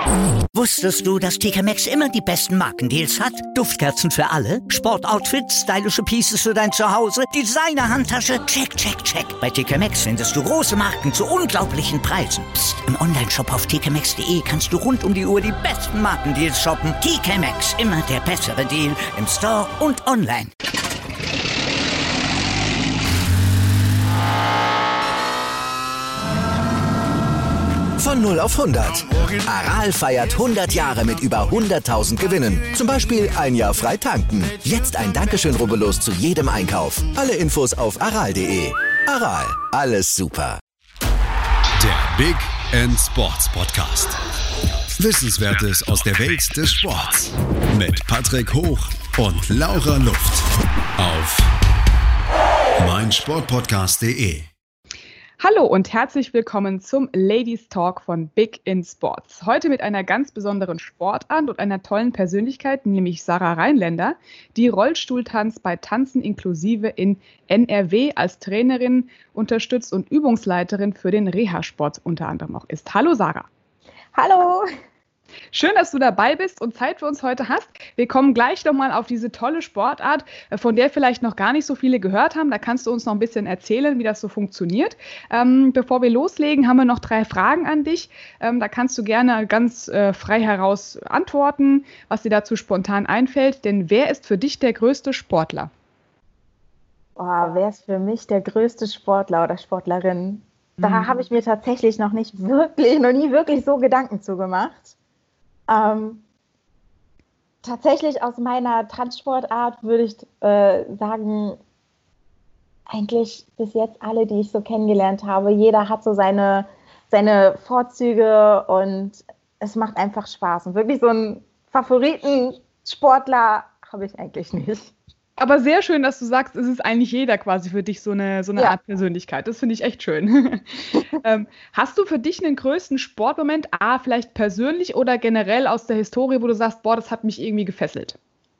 Wusstest du, dass TK Maxx immer die besten Markendeals hat? Duftkerzen für alle, Sportoutfits, stylische Pieces für dein Zuhause, Designer-Handtasche, check, check, check. Bei TK Maxx findest du große Marken zu unglaublichen Preisen. Psst. Im Onlineshop auf tkmaxx.de kannst du rund um die Uhr die besten Markendeals shoppen. TK Maxx, immer der bessere Deal im Store und online. Von 0 auf 100. Aral feiert 100 Jahre mit über 100.000 Gewinnen. Zum Beispiel ein Jahr frei tanken. Jetzt ein Dankeschön, rubbellos zu jedem Einkauf. Alle Infos auf aral.de. Aral, alles super. Der Big End Sports Podcast. Wissenswertes aus der Welt des Sports. Mit Patrick Hoch und Laura Luft. Auf meinsportpodcast.de. Hallo und herzlich willkommen zum Ladies Talk von Big in Sports. Heute mit einer ganz besonderen Sportart und einer tollen Persönlichkeit, nämlich Sarah Rheinländer, die Rollstuhltanz bei Tanzen inklusive in NRW als Trainerin unterstützt und Übungsleiterin für den Reha-Sport unter anderem auch ist. Hallo Sarah. Hallo. Schön, dass du dabei bist und Zeit für uns heute hast. Wir kommen gleich nochmal auf diese tolle Sportart, von der vielleicht noch gar nicht so viele gehört haben. Da kannst du uns noch ein bisschen erzählen, wie das so funktioniert. Bevor wir loslegen, haben wir noch 3 Fragen an dich. Da kannst du gerne ganz frei heraus antworten, was dir dazu spontan einfällt. Denn wer ist für dich der größte Sportler? Wer ist für mich der größte Sportler oder Sportlerin? Da habe ich mir tatsächlich noch nie wirklich so Gedanken zu gemacht. Tatsächlich aus meiner Tanzsportart würde ich sagen, eigentlich bis jetzt alle, die ich so kennengelernt habe, jeder hat so seine Vorzüge und es macht einfach Spaß. Und wirklich so einen Favoritensportler habe ich eigentlich nicht. Aber sehr schön, dass du sagst, es ist eigentlich jeder quasi für dich so eine Art Persönlichkeit. Das finde ich echt schön. Hast du für dich einen größten Sportmoment, vielleicht persönlich oder generell aus der Historie, wo du sagst, das hat mich irgendwie gefesselt?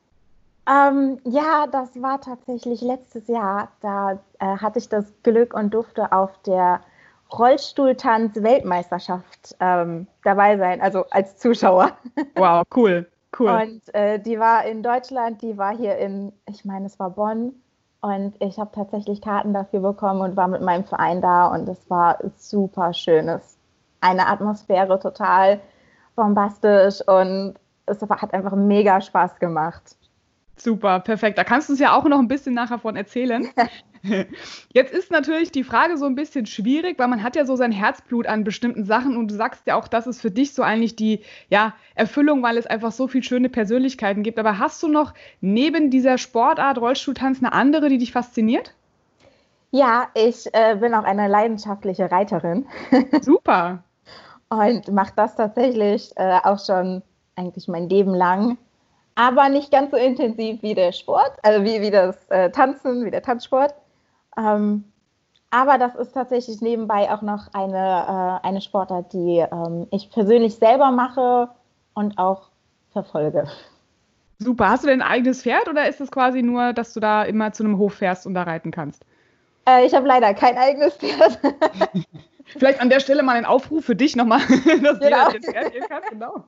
Ja, das war tatsächlich letztes Jahr. Da hatte ich das Glück und durfte auf der Rollstuhltanz-Weltmeisterschaft dabei sein, also als Zuschauer. Wow, cool. Und die war in Deutschland, die war hier ich meine, es war Bonn. Und ich habe tatsächlich Karten dafür bekommen und war mit meinem Verein da. Und es war super schön. Eine Atmosphäre total bombastisch und es hat einfach mega Spaß gemacht. Super, perfekt. Da kannst du uns ja auch noch ein bisschen nachher von erzählen. Jetzt ist natürlich die Frage so ein bisschen schwierig, weil man hat ja so sein Herzblut an bestimmten Sachen und du sagst ja auch, das ist für dich so eigentlich die Erfüllung, weil es einfach so viele schöne Persönlichkeiten gibt. Aber hast du noch neben dieser Sportart Rollstuhltanz eine andere, die dich fasziniert? Ja, ich bin auch eine leidenschaftliche Reiterin. Super. Und mache das tatsächlich auch schon eigentlich mein Leben lang. Aber nicht ganz so intensiv wie der Sport, also wie das Tanzen, wie der Tanzsport. Aber das ist tatsächlich nebenbei auch noch eine Sportart, die ich persönlich selber mache und auch verfolge. Super. Hast du denn ein eigenes Pferd oder ist es quasi nur, dass du da immer zu einem Hof fährst und da reiten kannst? Ich habe leider kein eigenes Pferd. Vielleicht an der Stelle mal ein Aufruf für dich nochmal, dass jeder jetzt Pferd gehen kann. Genau.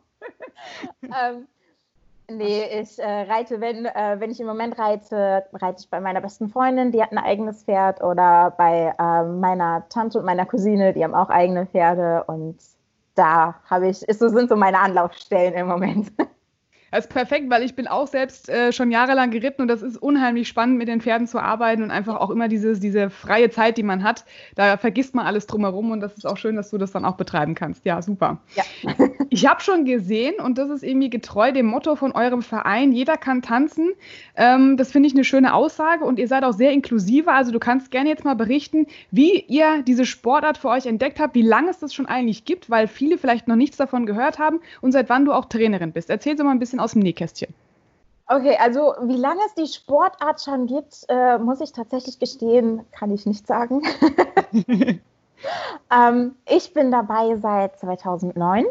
Nee, ich reite, wenn ich im Moment reite ich bei meiner besten Freundin, die hat ein eigenes Pferd, oder bei meiner Tante und meiner Cousine, die haben auch eigene Pferde, und da sind so meine Anlaufstellen im Moment. Das ist perfekt, weil ich bin auch selbst schon jahrelang geritten und das ist unheimlich spannend, mit den Pferden zu arbeiten und einfach auch immer diese freie Zeit, die man hat. Da vergisst man alles drumherum und das ist auch schön, dass du das dann auch betreiben kannst. Ja, super. Ja. Ich habe schon gesehen, und das ist irgendwie getreu dem Motto von eurem Verein, jeder kann tanzen. Das finde ich eine schöne Aussage und ihr seid auch sehr inklusive. Also du kannst gerne jetzt mal berichten, wie ihr diese Sportart für euch entdeckt habt, wie lange es das schon eigentlich gibt, weil viele vielleicht noch nichts davon gehört haben und seit wann du auch Trainerin bist. Erzähl so mal ein bisschen aus dem Nähkästchen. Okay, also wie lange es die Sportart schon gibt, muss ich tatsächlich gestehen, kann ich nicht sagen. Ich bin dabei seit 2009.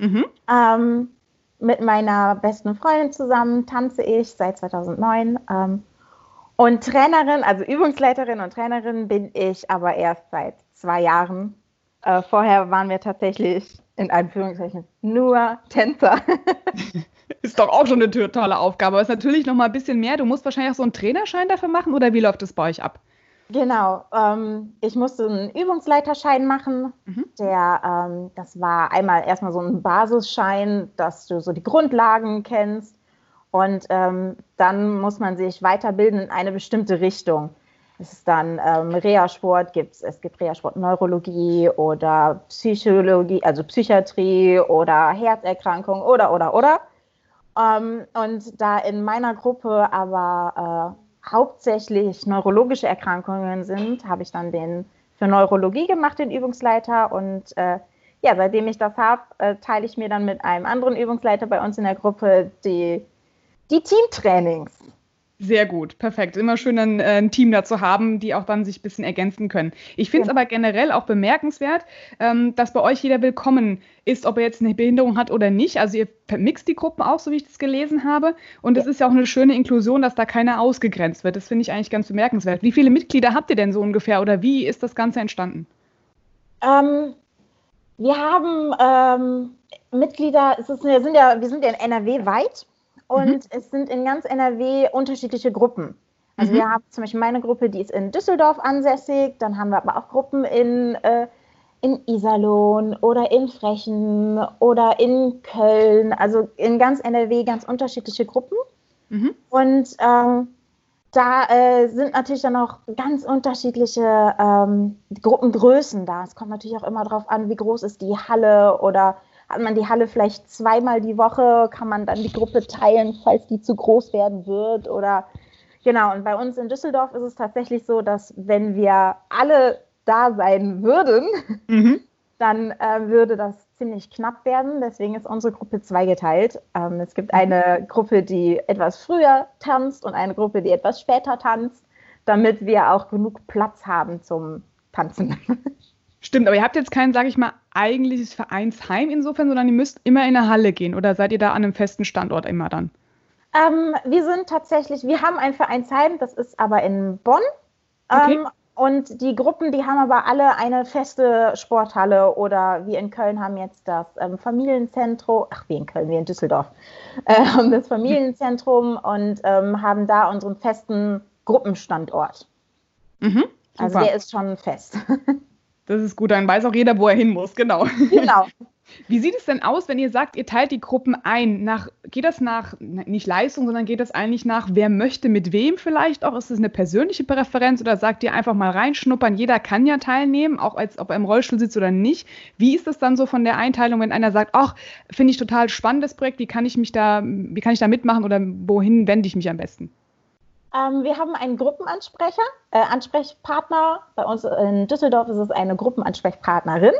Mit meiner besten Freundin zusammen tanze ich seit 2009. Und Trainerin, also Übungsleiterin und Trainerin bin ich aber erst seit 2 Jahren. Vorher waren wir tatsächlich in Anführungszeichen, nur Tänzer. Ist doch auch schon eine tolle Aufgabe, aber ist natürlich noch mal ein bisschen mehr. Du musst wahrscheinlich auch so einen Trainerschein dafür machen, oder wie läuft das bei euch ab? Genau, ich musste einen Übungsleiterschein machen. Das war einmal erstmal so ein Basisschein, dass du so die Grundlagen kennst. Und dann muss man sich weiterbilden in eine bestimmte Richtung. Es ist dann Reha-Sport, es gibt Reha-Sport Neurologie oder Psychologie, also Psychiatrie oder Herzerkrankung oder. Und da in meiner Gruppe aber hauptsächlich neurologische Erkrankungen sind, habe ich dann den für Neurologie gemacht, den Übungsleiter. Und seitdem ich das habe, teile ich mir dann mit einem anderen Übungsleiter bei uns in der Gruppe die Teamtrainings. Sehr gut, perfekt. Immer schön ein Team dazu haben, die auch dann sich ein bisschen ergänzen können. Ich finde es aber generell auch bemerkenswert, dass bei euch jeder willkommen ist, ob er jetzt eine Behinderung hat oder nicht. Also ihr vermixt die Gruppen auch, so wie ich das gelesen habe. Und es ist ja auch eine schöne Inklusion, dass da keiner ausgegrenzt wird. Das finde ich eigentlich ganz bemerkenswert. Wie viele Mitglieder habt ihr denn so ungefähr oder wie ist das Ganze entstanden? Wir haben Mitglieder, wir sind ja in NRW weit. Und es sind in ganz NRW unterschiedliche Gruppen. Also wir haben zum Beispiel meine Gruppe, die ist in Düsseldorf ansässig. Dann haben wir aber auch Gruppen in Iserlohn oder in Frechen oder in Köln. Also in ganz NRW ganz unterschiedliche Gruppen. Und da sind natürlich dann auch ganz unterschiedliche Gruppengrößen da. Es kommt natürlich auch immer darauf an, wie groß ist die Halle oder hat man die Halle vielleicht zweimal die Woche, kann man dann die Gruppe teilen, falls die zu groß werden wird oder genau. Und bei uns in Düsseldorf ist es tatsächlich so, dass wenn wir alle da sein würden, dann würde das ziemlich knapp werden. Deswegen ist unsere Gruppe zweigeteilt. Es gibt eine Gruppe, die etwas früher tanzt und eine Gruppe, die etwas später tanzt, damit wir auch genug Platz haben zum Tanzen. Stimmt, aber ihr habt jetzt kein, sage ich mal, eigentliches Vereinsheim insofern, sondern ihr müsst immer in eine Halle gehen oder seid ihr da an einem festen Standort immer dann? Wir haben ein Vereinsheim, das ist aber in Bonn. Okay. Und die Gruppen, die haben aber alle eine feste Sporthalle oder wir in Köln haben jetzt das Familienzentrum, wir in Düsseldorf, haben das Familienzentrum und haben da unseren festen Gruppenstandort. Also der ist schon fest. Das ist gut, dann weiß auch jeder, wo er hin muss, genau. Genau. Wie sieht es denn aus, wenn ihr sagt, ihr teilt die Gruppen ein? Geht das nach, nicht Leistung, sondern geht das eigentlich nach, wer möchte mit wem vielleicht auch? Ist das eine persönliche Präferenz oder sagt ihr einfach mal reinschnuppern? Jeder kann ja teilnehmen, auch als ob er im Rollstuhl sitzt oder nicht. Wie ist das dann so von der Einteilung, wenn einer sagt, ach, finde ich total spannendes Projekt, wie kann ich da mitmachen oder wohin wende ich mich am besten? Wir haben einen Ansprechpartner. Bei uns in Düsseldorf ist es eine Gruppenansprechpartnerin.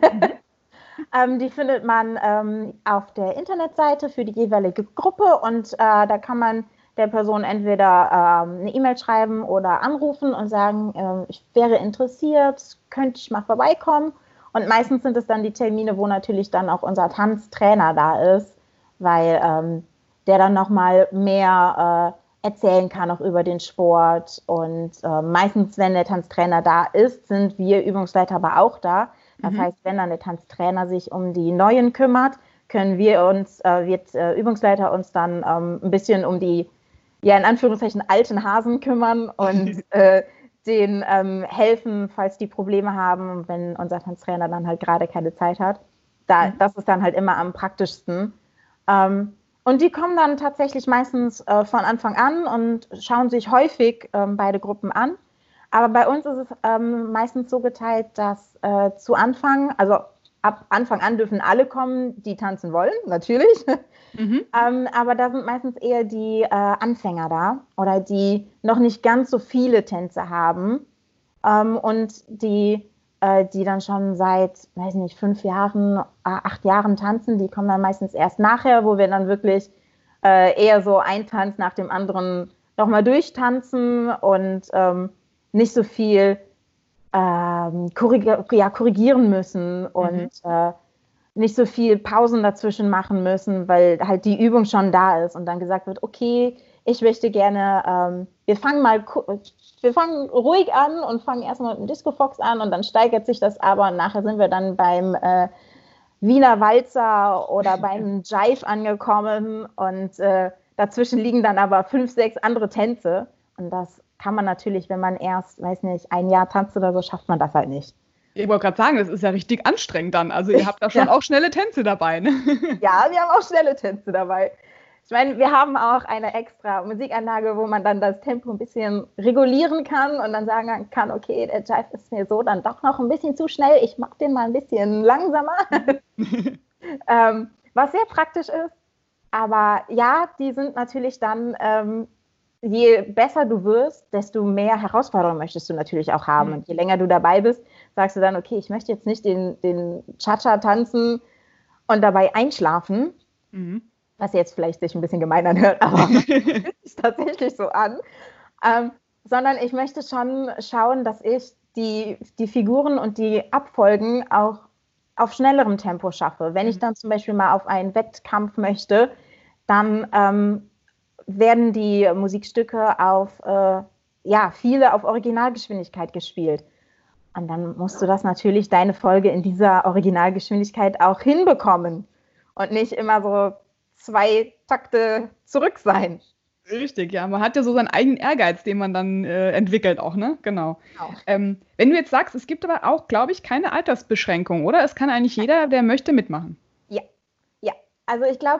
Die findet man auf der Internetseite für die jeweilige Gruppe und da kann man der Person entweder eine E-Mail schreiben oder anrufen und sagen, ich wäre interessiert, könnte ich mal vorbeikommen. Und meistens sind es dann die Termine, wo natürlich dann auch unser Tanztrainer da ist, weil der dann nochmal mehr erzählen kann auch über den Sport und meistens, wenn der Tanztrainer da ist, sind wir Übungsleiter aber auch da. Das heißt, wenn dann der Tanztrainer sich um die Neuen kümmert, können wird Übungsleiter uns dann ein bisschen um die, ja in Anführungszeichen, alten Hasen kümmern und denen helfen, falls die Probleme haben, wenn unser Tanztrainer dann halt gerade keine Zeit hat. Das ist dann halt immer am praktischsten. Und die kommen dann tatsächlich meistens von Anfang an und schauen sich häufig beide Gruppen an. Aber bei uns ist es meistens so geteilt, dass zu Anfang, also ab Anfang an dürfen alle kommen, die tanzen wollen, natürlich. Aber da sind meistens eher die Anfänger da oder die noch nicht ganz so viele Tänze haben und die dann schon seit, 5 Jahren, 8 Jahren tanzen, die kommen dann meistens erst nachher, wo wir dann wirklich eher so ein Tanz nach dem anderen nochmal durchtanzen und nicht so viel korrigieren müssen und nicht so viel Pausen dazwischen machen müssen, weil halt die Übung schon da ist und dann gesagt wird, okay, ich möchte gerne, wir fangen ruhig an und fangen erstmal mit dem Disco Fox an und dann steigert sich das aber und nachher sind wir dann beim Wiener Walzer oder beim Jive angekommen und dazwischen liegen dann aber 5, 6 andere Tänze. Und das kann man natürlich, wenn man erst, weiß nicht, ein Jahr tanzt oder so, schafft man das halt nicht. Ich wollte gerade sagen, das ist ja richtig anstrengend dann. Also ihr habt da schon auch schnelle Tänze dabei, ne? Ja, wir haben auch schnelle Tänze dabei. Ich meine, wir haben auch eine extra Musikanlage, wo man dann das Tempo ein bisschen regulieren kann und dann sagen kann, okay, der Jive ist mir so dann doch noch ein bisschen zu schnell, ich mag den mal ein bisschen langsamer. Was sehr praktisch ist. Aber ja, die sind natürlich dann, je besser du wirst, desto mehr Herausforderungen möchtest du natürlich auch haben. Und je länger du dabei bist, sagst du dann, okay, ich möchte jetzt nicht den Cha-Cha tanzen und dabei einschlafen. Was jetzt vielleicht sich ein bisschen gemein anhört, aber es fühlt sich tatsächlich so an. Sondern ich möchte schon schauen, dass ich die Figuren und die Abfolgen auch auf schnellerem Tempo schaffe. Wenn ich dann zum Beispiel mal auf einen Wettkampf möchte, dann werden die Musikstücke viele auf Originalgeschwindigkeit gespielt. Und dann musst du das natürlich, deine Folge in dieser Originalgeschwindigkeit auch hinbekommen und nicht immer so 2 Takte zurück sein. Richtig, ja. Man hat ja so seinen eigenen Ehrgeiz, den man dann entwickelt auch, ne? Genau. Wenn du jetzt sagst, es gibt aber auch, glaube ich, keine Altersbeschränkung, oder? Es kann eigentlich jeder, der möchte, mitmachen. Ja. Also ich glaube,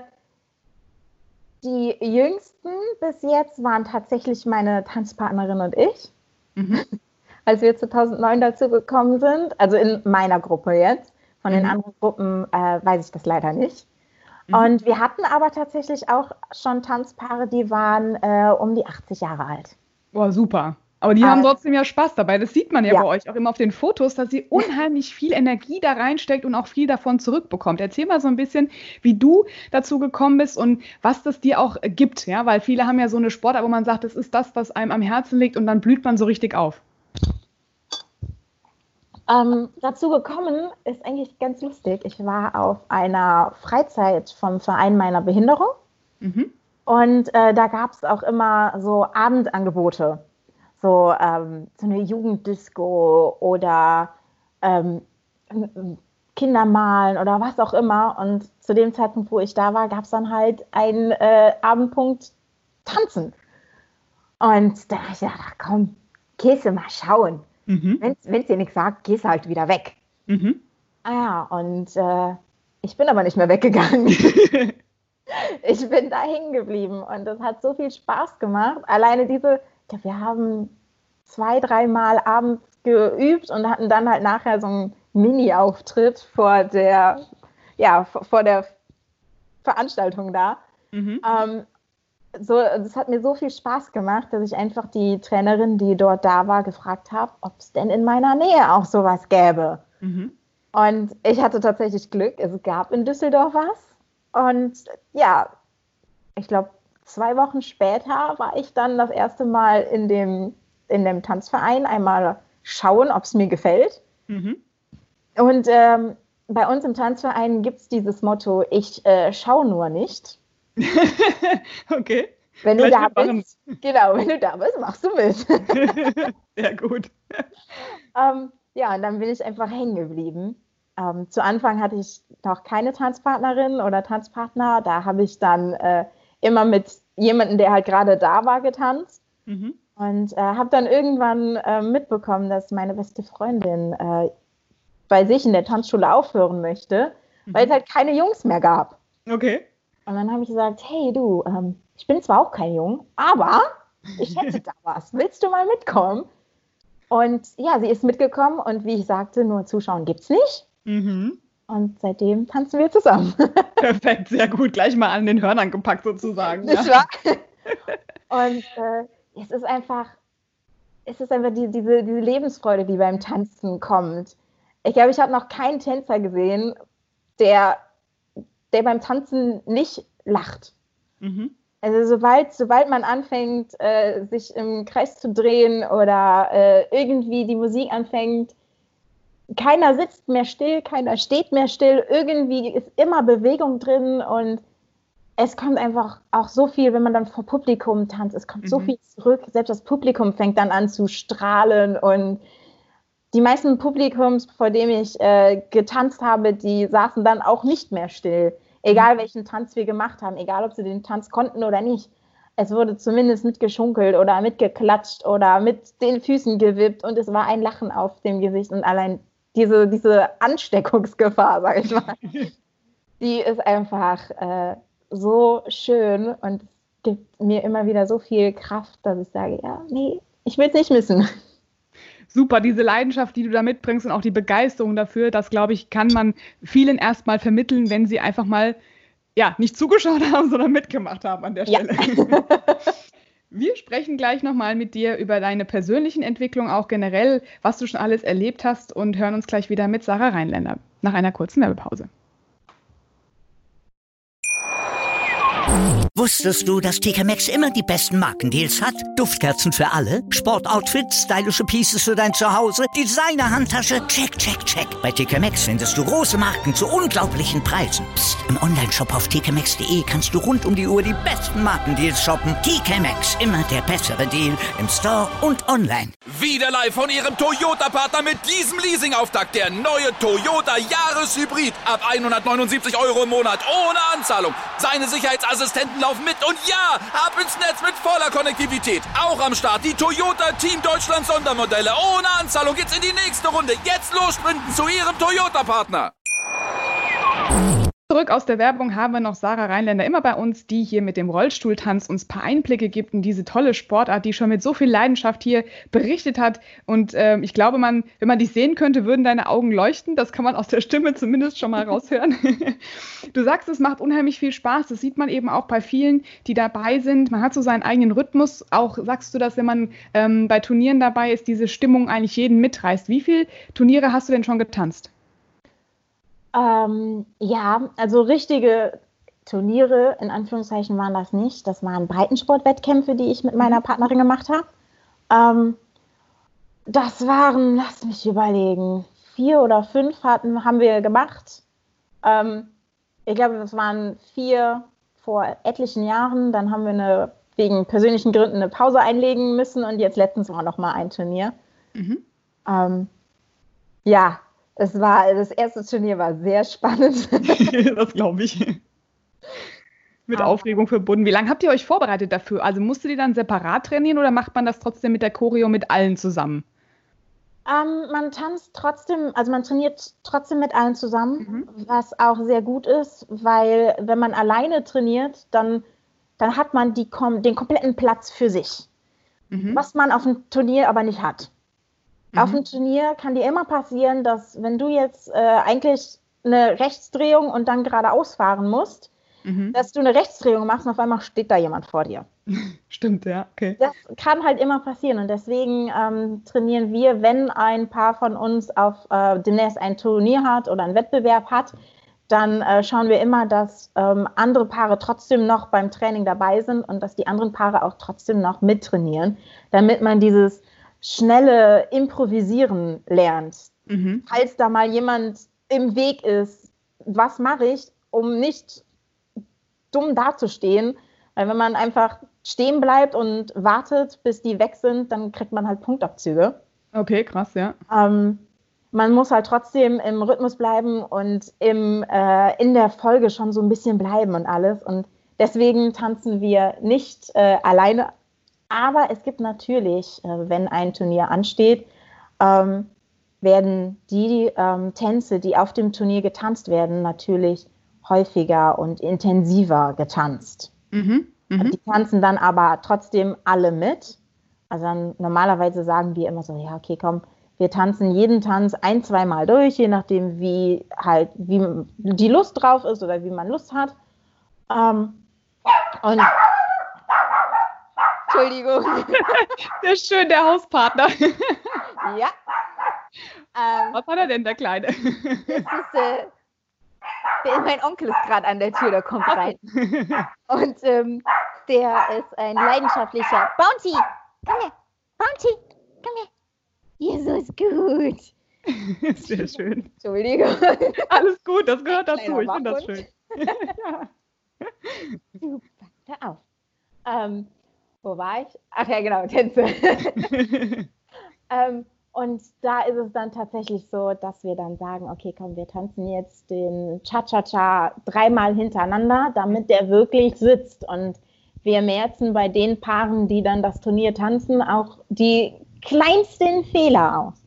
die Jüngsten bis jetzt waren tatsächlich meine Tanzpartnerin und ich. Als wir 2009 dazu gekommen sind, also in meiner Gruppe jetzt. Von den anderen Gruppen weiß ich das leider nicht. Und wir hatten aber tatsächlich auch schon Tanzpaare, die waren um die 80 Jahre alt. Boah, super. Aber die haben trotzdem ja Spaß dabei. Das sieht man ja bei euch auch immer auf den Fotos, dass ihr unheimlich viel Energie da reinsteckt und auch viel davon zurückbekommt. Erzähl mal so ein bisschen, wie du dazu gekommen bist und was das dir auch gibt. Ja? Weil viele haben ja so eine Sportart, wo man sagt, das ist das, was einem am Herzen liegt und dann blüht man so richtig auf. Dazu gekommen ist eigentlich ganz lustig. Ich war auf einer Freizeit vom Verein meiner Behinderung und da gab es auch immer so Abendangebote, so eine Jugenddisco oder Kindermalen oder was auch immer. Und zu dem Zeitpunkt, wo ich da war, gab es dann halt einen Abendpunkt Tanzen. Und da habe ich gedacht, komm, gehst du mal schauen. Wenn es dir nichts sagt, gehst du halt wieder weg. Und ich bin aber nicht mehr weggegangen. Ich bin da hängen geblieben und das hat so viel Spaß gemacht. Alleine ich glaube, wir haben 2, 3 Mal abends geübt und hatten dann halt nachher so einen Mini-Auftritt vor der Veranstaltung da. Das hat mir so viel Spaß gemacht, dass ich einfach die Trainerin, die dort da war, gefragt habe, ob es denn in meiner Nähe auch sowas gäbe. Und ich hatte tatsächlich Glück, es gab in Düsseldorf was. Und ja, ich glaube, 2 Wochen später war ich dann das erste Mal in dem Tanzverein, einmal schauen, ob es mir gefällt. Und bei uns im Tanzverein gibt es dieses Motto, ich schaue nur nicht. Okay. Wenn du da bist, machst du mit. Sehr gut. Und dann bin ich einfach hängen geblieben. Zu Anfang hatte ich noch keine Tanzpartnerin oder Tanzpartner. Da habe ich dann immer mit jemandem, der halt gerade da war, getanzt. Und habe dann irgendwann mitbekommen, dass meine beste Freundin bei sich in der Tanzschule aufhören möchte, weil es halt keine Jungs mehr gab. Okay. Und dann habe ich gesagt, hey du, ich bin zwar auch kein Jung, aber ich hätte da was. Willst du mal mitkommen? Und ja, sie ist mitgekommen und wie ich sagte, nur Zuschauen gibt's nicht. Und seitdem tanzen wir zusammen. Perfekt, sehr gut. Gleich mal an den Hörnern gepackt sozusagen. Nicht wahr? Und es ist einfach diese Lebensfreude, die beim Tanzen kommt. Ich glaube, ich habe noch keinen Tänzer gesehen, der beim Tanzen nicht lacht. Also sobald man anfängt, sich im Kreis zu drehen oder irgendwie die Musik anfängt, keiner sitzt mehr still, keiner steht mehr still, irgendwie ist immer Bewegung drin und es kommt einfach auch so viel, wenn man dann vor Publikum tanzt, es kommt so viel zurück, selbst das Publikum fängt dann an zu strahlen und die meisten Publikums, vor dem ich getanzt habe, die saßen dann auch nicht mehr still. Egal welchen Tanz wir gemacht haben, egal ob sie den Tanz konnten oder nicht. Es wurde zumindest mitgeschunkelt oder mitgeklatscht oder mit den Füßen gewippt und es war ein Lachen auf dem Gesicht und allein diese Ansteckungsgefahr, sag ich mal, die ist einfach so schön und gibt mir immer wieder so viel Kraft, dass ich sage, ja, nee, ich will es nicht missen. Super, diese Leidenschaft, die du da mitbringst und auch die Begeisterung dafür, das, glaube ich, kann man vielen erstmal vermitteln, wenn sie einfach mal, ja, nicht zugeschaut haben, sondern mitgemacht haben an der Stelle. Ja. Wir sprechen gleich nochmal mit dir über deine persönlichen Entwicklungen, auch generell, was du schon alles erlebt hast und hören uns gleich wieder mit Sarah Rheinländer nach einer kurzen Werbepause. Wusstest du, dass TK Maxx immer die besten Markendeals hat? Duftkerzen für alle, Sportoutfits, stylische Pieces für dein Zuhause, Designer-Handtasche, check, check, check. Bei TK Maxx findest du große Marken zu unglaublichen Preisen. Psst. Im Onlineshop auf tkmaxx.de kannst du rund um die Uhr die besten Markendeals shoppen. TK Maxx, immer der bessere Deal im Store und online. Wieder live von ihrem Toyota-Partner mit diesem Leasing-Auftakt. Der neue Toyota Jahreshybrid. Ab 179 € im Monat ohne Anzahlung. Seine Sicherheitsassistenten laufen mit und ja, ab ins Netz mit voller Konnektivität. Auch am Start die Toyota Team Deutschland Sondermodelle. Ohne Anzahlung geht's in die nächste Runde. Jetzt los sprinten zu ihrem Toyota-Partner. Zurück aus der Werbung haben wir noch Sarah Rheinländer immer bei uns, die hier mit dem Rollstuhltanz uns ein paar Einblicke gibt in diese tolle Sportart, die schon mit so viel Leidenschaft hier berichtet hat. Und ich glaube, wenn man dich sehen könnte, würden deine Augen leuchten. Das kann man aus der Stimme zumindest schon mal raushören. Du sagst, es macht unheimlich viel Spaß. Das sieht man eben auch bei vielen, die dabei sind. Man hat so seinen eigenen Rhythmus. Auch sagst du, dass wenn man bei Turnieren dabei ist, diese Stimmung eigentlich jeden mitreißt. Wie viele Turniere hast du denn schon getanzt? Ja, also richtige Turniere, in Anführungszeichen, waren das nicht. Das waren Breitensportwettkämpfe, die ich mit meiner Partnerin gemacht habe. Das waren, lass mich überlegen, 4 oder 5 haben wir gemacht. Ich glaube, das waren 4 vor etlichen Jahren. Dann haben wir wegen persönlichen Gründen eine Pause einlegen müssen und jetzt letztens war noch mal ein Turnier. Ja. Das erste Turnier war sehr spannend. Das glaube ich. Mit Aufregung verbunden. Wie lange habt ihr euch vorbereitet dafür? Also musstet ihr dann separat trainieren oder macht man das trotzdem mit der Choreo mit allen zusammen? Man tanzt trotzdem, also man trainiert trotzdem mit allen zusammen, was auch sehr gut ist, weil wenn man alleine trainiert, dann hat man den kompletten Platz für sich, was man auf dem Turnier aber nicht hat. Auf dem Turnier kann dir immer passieren, dass wenn du jetzt eigentlich eine Rechtsdrehung und dann geradeaus fahren musst, dass du eine Rechtsdrehung machst und auf einmal steht da jemand vor dir. Stimmt, ja, okay. Das kann halt immer passieren und deswegen trainieren wir, wenn ein Paar von uns demnächst ein Turnier hat oder einen Wettbewerb hat, dann schauen wir immer, dass andere Paare trotzdem noch beim Training dabei sind und dass die anderen Paare auch trotzdem noch mittrainieren, damit man dieses schnelle Improvisieren lernt. Falls da mal jemand im Weg ist, was mache ich, um nicht dumm dazustehen? Weil wenn man einfach stehen bleibt und wartet, bis die weg sind, dann kriegt man halt Punktabzüge. Okay, krass, ja. Man muss halt trotzdem im Rhythmus bleiben und in der Folge schon so ein bisschen bleiben und alles. Und deswegen tanzen wir nicht alleine. Aber es gibt natürlich, wenn ein Turnier ansteht, werden die Tänze, die auf dem Turnier getanzt werden, natürlich häufiger und intensiver getanzt. Die tanzen dann aber trotzdem alle mit. Also dann normalerweise sagen wir immer so, ja, okay, komm, wir tanzen jeden Tanz 1-2 Mal durch, je nachdem, wie die Lust drauf ist oder wie man Lust hat. Und Entschuldigung. Sehr schön, der Hauspartner. Ja. Was hat er denn, der Kleine? Mein Onkel ist gerade an der Tür, der kommt rein. Und der ist ein leidenschaftlicher Bounty. Komm her, Bounty, komm her. Jesus, gut. Sehr schön. Entschuldigung. Alles gut, das gehört dazu. Ich finde das schön. Ja. Super, hör auf. Wo war ich? Ach ja, genau, Tänze. Und da ist es dann tatsächlich so, dass wir dann sagen, okay, komm, wir tanzen jetzt den Cha-Cha-Cha 3-mal hintereinander, damit der wirklich sitzt. Und wir merzen bei den Paaren, die dann das Turnier tanzen, auch die kleinsten Fehler aus.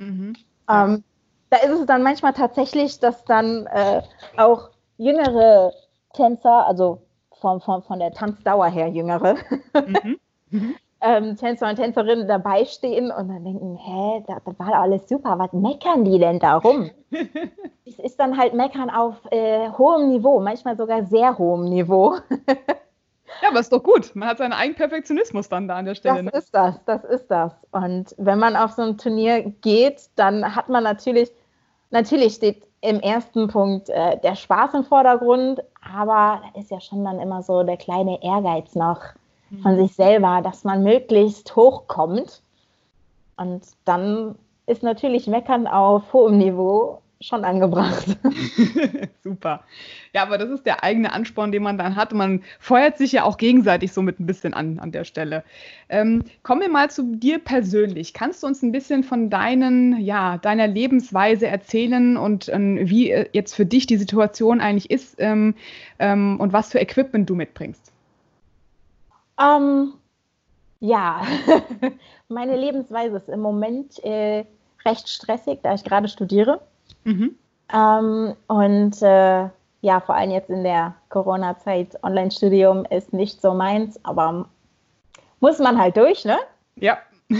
Da ist es dann manchmal tatsächlich, dass dann auch jüngere Tänzer, also von der Tanzdauer her jüngere, Tänzer und Tänzerinnen dabei stehen und dann denken, das war alles super, was meckern die denn da rum? Es ist dann halt Meckern auf hohem Niveau, manchmal sogar sehr hohem Niveau. Ja, aber ist doch gut. Man hat seinen eigenen Perfektionismus dann da an der Stelle. Das ist das. Und wenn man auf so ein Turnier geht, dann hat man natürlich steht im ersten Punkt der Spaß im Vordergrund, aber da ist ja schon dann immer so der kleine Ehrgeiz noch von sich selber, dass man möglichst hochkommt. Und dann ist natürlich Meckern auf hohem Niveau schon angebracht. Super. Ja, aber das ist der eigene Ansporn, den man dann hat. Man feuert sich ja auch gegenseitig so mit ein bisschen an der Stelle. Kommen wir mal zu dir persönlich. Kannst du uns ein bisschen von deiner Lebensweise erzählen und wie jetzt für dich die Situation eigentlich ist und was für Equipment du mitbringst? Ja, meine Lebensweise ist im Moment recht stressig, da ich gerade studiere. Vor allem jetzt in der Corona-Zeit, Online-Studium ist nicht so meins, aber muss man halt durch, ne? Ja.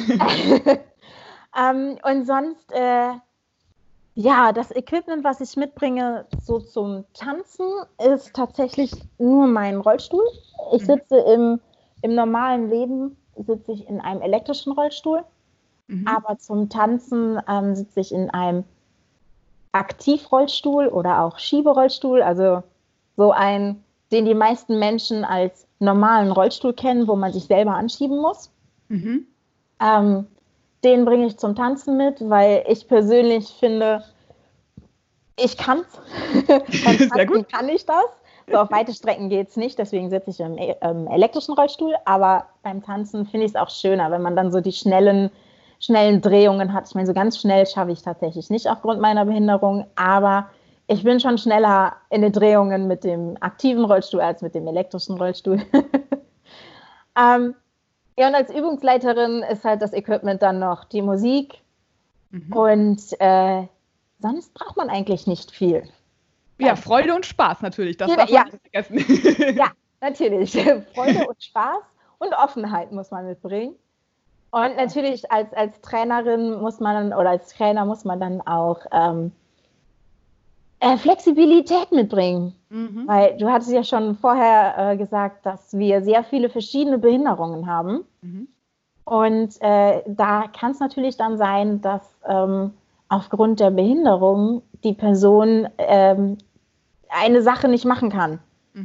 Und sonst, das Equipment, was ich mitbringe, so zum Tanzen, ist tatsächlich nur mein Rollstuhl. Ich sitze im normalen Leben, sitze ich in einem elektrischen Rollstuhl, aber zum Tanzen sitze ich in einem Aktivrollstuhl oder auch Schieberollstuhl, also so einen, den die meisten Menschen als normalen Rollstuhl kennen, wo man sich selber anschieben muss. Den bringe ich zum Tanzen mit, weil ich persönlich finde, ich kann's. Sehr gut. Kann ich das. So auf weite Strecken geht es nicht, deswegen sitze ich im elektrischen Rollstuhl, aber beim Tanzen finde ich es auch schöner, wenn man dann so die schnellen Drehungen hat. Ich meine, so ganz schnell schaffe ich tatsächlich nicht aufgrund meiner Behinderung, aber ich bin schon schneller in den Drehungen mit dem aktiven Rollstuhl als mit dem elektrischen Rollstuhl. Und als Übungsleiterin ist halt das Equipment dann noch die Musik und sonst braucht man eigentlich nicht viel. Ja, Freude und Spaß natürlich, das darf man nicht vergessen. Ja, natürlich. Freude und Spaß und Offenheit muss man mitbringen. Und natürlich als Trainerin muss man oder als Trainer muss man dann auch Flexibilität mitbringen. Weil du hattest ja schon vorher gesagt, dass wir sehr viele verschiedene Behinderungen haben. Und da kann es natürlich dann sein, dass aufgrund der Behinderung die Person eine Sache nicht machen kann.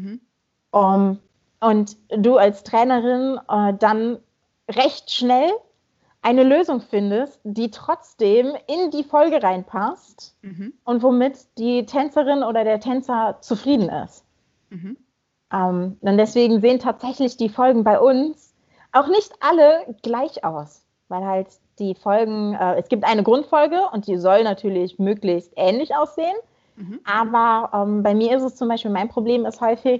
Und du als Trainerin dann recht schnell eine Lösung findest, die trotzdem in die Folge reinpasst und womit die Tänzerin oder der Tänzer zufrieden ist. Und deswegen sehen tatsächlich die Folgen bei uns auch nicht alle gleich aus, weil halt die Folgen, es gibt eine Grundfolge und die soll natürlich möglichst ähnlich aussehen, aber bei mir ist es zum Beispiel, mein Problem ist häufig,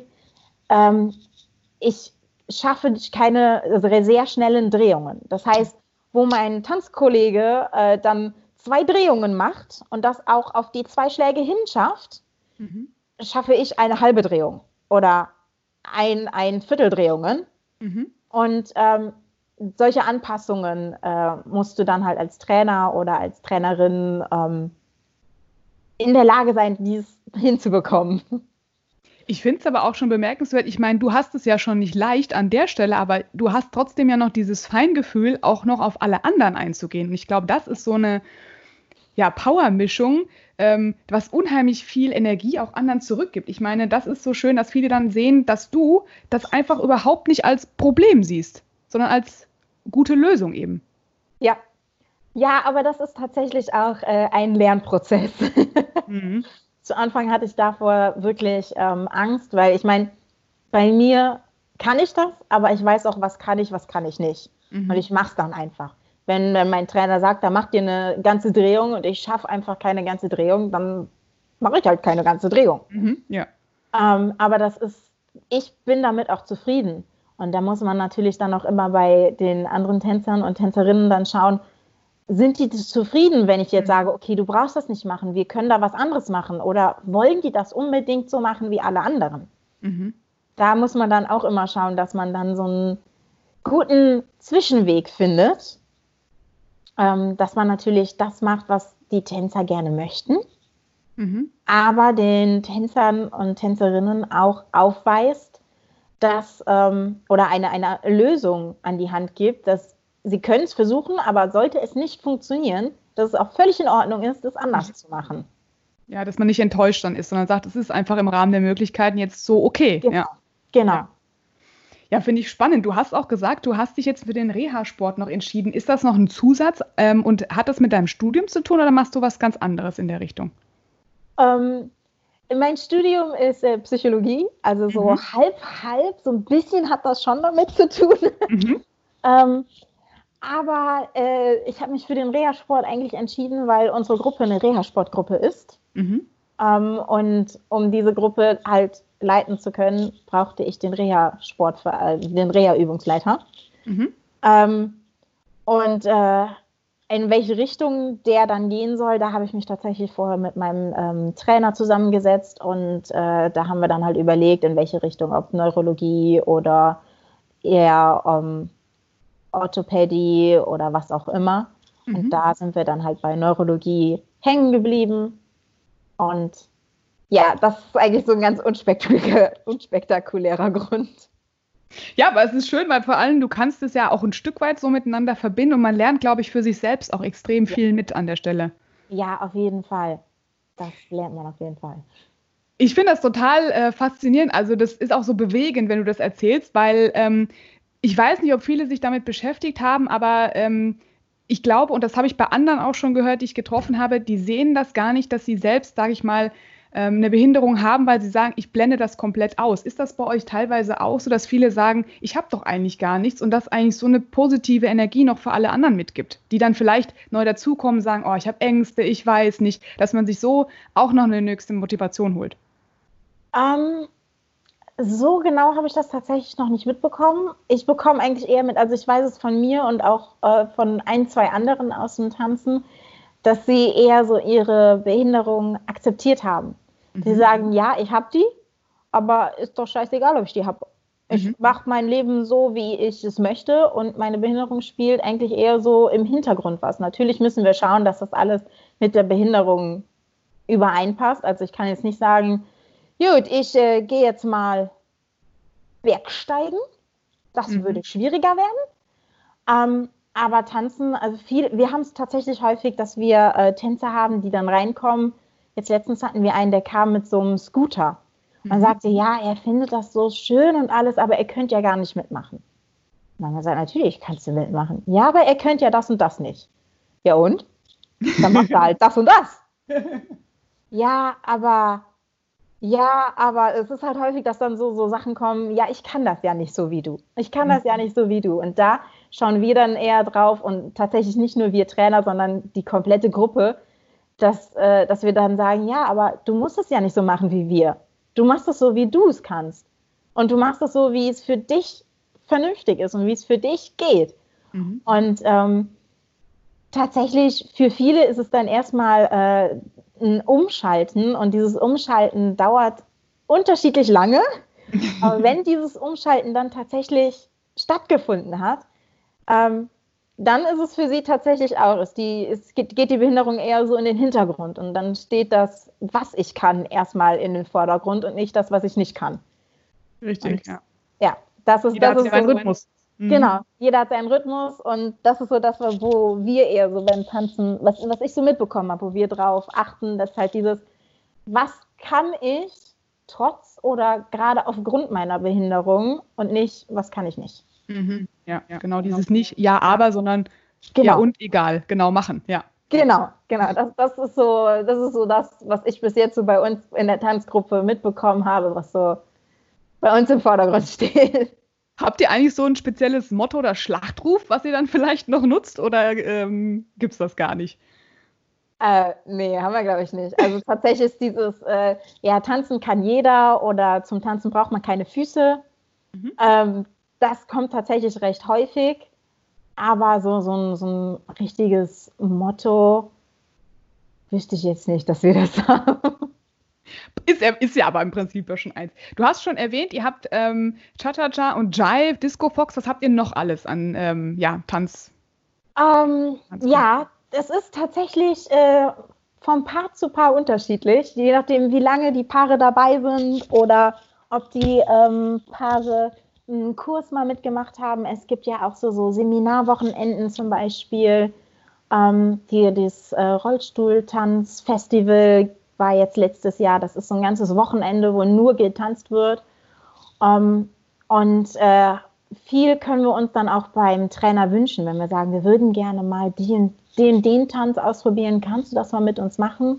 ich schaffe keine sehr schnellen Drehungen. Das heißt, wo mein Tanzkollege dann 2 Drehungen macht und das auch auf die 2 Schläge hinschafft, schaffe ich eine halbe Drehung oder ein Vierteldrehungen. Und solche Anpassungen musst du dann halt als Trainer oder als Trainerin in der Lage sein, dies hinzubekommen. Ich finde es aber auch schon bemerkenswert, ich meine, du hast es ja schon nicht leicht an der Stelle, aber du hast trotzdem ja noch dieses Feingefühl, auch noch auf alle anderen einzugehen. Und ich glaube, das ist so eine Power-Mischung, was unheimlich viel Energie auch anderen zurückgibt. Ich meine, das ist so schön, dass viele dann sehen, dass du das einfach überhaupt nicht als Problem siehst, sondern als gute Lösung eben. Ja, aber das ist tatsächlich auch ein Lernprozess. Zu Anfang hatte ich davor wirklich Angst, weil ich meine, bei mir kann ich das, aber ich weiß auch, was kann ich nicht. Und ich mache es dann einfach. Wenn mein Trainer sagt, da macht ihr eine ganze Drehung und ich schaffe einfach keine ganze Drehung, dann mache ich halt keine ganze Drehung. Ja. Aber ich bin damit auch zufrieden. Und da muss man natürlich dann auch immer bei den anderen Tänzern und Tänzerinnen dann schauen, sind die zufrieden, wenn ich jetzt sage, okay, du brauchst das nicht machen, wir können da was anderes machen, oder wollen die das unbedingt so machen wie alle anderen? Da muss man dann auch immer schauen, dass man dann so einen guten Zwischenweg findet, dass man natürlich das macht, was die Tänzer gerne möchten, aber den Tänzern und Tänzerinnen auch aufweist, dass oder eine Lösung an die Hand gibt, dass sie können es versuchen, aber sollte es nicht funktionieren, dass es auch völlig in Ordnung ist, das anders zu machen. Ja, dass man nicht enttäuscht dann ist, sondern sagt, es ist einfach im Rahmen der Möglichkeiten jetzt so okay. Genau. Ja, finde ich spannend. Du hast auch gesagt, du hast dich jetzt für den Reha-Sport noch entschieden. Ist das noch ein Zusatz und hat das mit deinem Studium zu tun oder machst du was ganz anderes in der Richtung? Mein Studium ist Psychologie, also so halb, so ein bisschen hat das schon damit zu tun. Aber ich habe mich für den Reha-Sport eigentlich entschieden, weil unsere Gruppe eine Reha-Sportgruppe ist. Und um diese Gruppe halt leiten zu können, brauchte ich den Reha-Übungsleiter. Und in welche Richtung der dann gehen soll, da habe ich mich tatsächlich vorher mit meinem Trainer zusammengesetzt und da haben wir dann halt überlegt, in welche Richtung, ob Neurologie oder eher Orthopädie oder was auch immer. Und da sind wir dann halt bei Neurologie hängen geblieben. Und ja, das ist eigentlich so ein ganz unspektakulärer Grund. Ja, aber es ist schön, weil vor allem du kannst es ja auch ein Stück weit so miteinander verbinden und man lernt, glaube ich, für sich selbst auch extrem viel mit an der Stelle. Ja, auf jeden Fall. Das lernt man auf jeden Fall. Ich finde das total faszinierend. Also das ist auch so bewegend, wenn du das erzählst, weil ich weiß nicht, ob viele sich damit beschäftigt haben, aber ich glaube, und das habe ich bei anderen auch schon gehört, die ich getroffen habe, die sehen das gar nicht, dass sie selbst, sage ich mal, eine Behinderung haben, weil sie sagen, ich blende das komplett aus. Ist das bei euch teilweise auch so, dass viele sagen, ich habe doch eigentlich gar nichts und das eigentlich so eine positive Energie noch für alle anderen mitgibt, die dann vielleicht neu dazukommen, sagen, oh, ich habe Ängste, ich weiß nicht, dass man sich so auch noch eine nächste Motivation holt? So genau habe ich das tatsächlich noch nicht mitbekommen. Ich bekomme eigentlich eher mit, also ich weiß es von mir und auch von 1, 2 anderen aus dem Tanzen, dass sie eher so ihre Behinderung akzeptiert haben. Die sagen, ja, ich habe die, aber ist doch scheißegal, ob ich die habe. Ich mache mein Leben so, wie ich es möchte und meine Behinderung spielt eigentlich eher so im Hintergrund was. Natürlich müssen wir schauen, dass das alles mit der Behinderung übereinpasst. Also ich kann jetzt nicht sagen, gut, ich gehe jetzt mal Bergsteigen. Das würde schwieriger werden. Aber tanzen, also wir haben es tatsächlich häufig, dass wir Tänzer haben, die dann reinkommen. Jetzt letztens hatten wir einen, der kam mit so einem Scooter. Man sagte, ja, er findet das so schön und alles, aber er könnte ja gar nicht mitmachen. Und dann haben wir gesagt, natürlich kannst du mitmachen. Ja, aber er könnte ja das und das nicht. Ja und? Dann macht er halt das und das. Ja, aber es ist halt häufig, dass dann so Sachen kommen, ja, ich kann das ja nicht so wie du. Ich kann das ja nicht so wie du. Und da schauen wir dann eher drauf und tatsächlich nicht nur wir Trainer, sondern die komplette Gruppe, dass wir dann sagen, ja, aber du musst es ja nicht so machen wie wir. Du machst es so, wie du es kannst. Und du machst es so, wie es für dich vernünftig ist und wie es für dich geht. Und tatsächlich für viele ist es dann erstmal ein Umschalten und dieses Umschalten dauert unterschiedlich lange. Aber wenn dieses Umschalten dann tatsächlich stattgefunden hat, dann ist es für sie tatsächlich auch, geht die Behinderung eher so in den Hintergrund und dann steht das, was ich kann, erstmal in den Vordergrund und nicht das, was ich nicht kann. Richtig, und, ja. Das ist jeder hat seinen so Rhythmus. Genau, jeder hat seinen Rhythmus und das ist so das, wo wir eher so beim Tanzen, was ich so mitbekommen habe, wo wir drauf achten, dass halt dieses, was kann ich trotz oder gerade aufgrund meiner Behinderung und nicht, was kann ich nicht. Ja, genau, dieses nicht ja, aber, sondern ja und egal, genau machen, ja. Genau, das ist so das, was ich bis jetzt so bei uns in der Tanzgruppe mitbekommen habe, was so bei uns im Vordergrund steht. Habt ihr eigentlich so ein spezielles Motto oder Schlachtruf, was ihr dann vielleicht noch nutzt oder gibt's das gar nicht? Nee, haben wir, glaube ich, nicht. Also tatsächlich ist dieses, tanzen kann jeder oder zum Tanzen braucht man keine Füße. Das kommt tatsächlich recht häufig. Aber so ein richtiges Motto wüsste ich jetzt nicht, dass wir das haben. Ist ja aber im Prinzip ja schon eins. Du hast schon erwähnt, ihr habt Cha-Cha-Cha und Jive, Disco Fox. Was habt ihr noch alles an Tanz? Ja, es ist tatsächlich vom Paar zu Paar unterschiedlich, je nachdem, wie lange die Paare dabei sind oder ob die Paare einen Kurs mal mitgemacht haben. Es gibt ja auch so Seminarwochenenden zum Beispiel. Hier das Rollstuhltanzfestival war jetzt letztes Jahr. Das ist so ein ganzes Wochenende, wo nur getanzt wird. Viel können wir uns dann auch beim Trainer wünschen, wenn wir sagen, wir würden gerne mal den Tanz ausprobieren. Kannst du das mal mit uns machen?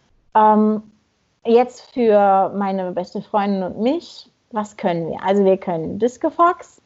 Jetzt für meine beste Freundin und mich, was können wir? Also wir können Disco Fox,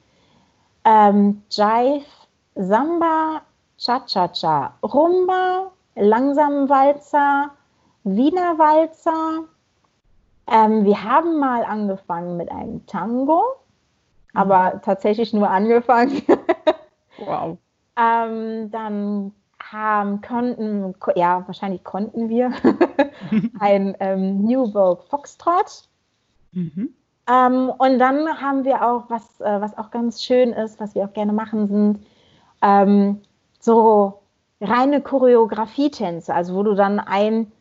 Jive, Samba, Cha-Cha-Cha, Rumba, langsamen Walzer, Wiener Walzer. Wir haben mal angefangen mit einem Tango, aber tatsächlich nur angefangen. Wow. Dann wahrscheinlich konnten wir ein New Vogue Foxtrot. Und dann haben wir auch, was auch ganz schön ist, was wir auch gerne machen, sind so reine Choreografietänze, also wo du dann ein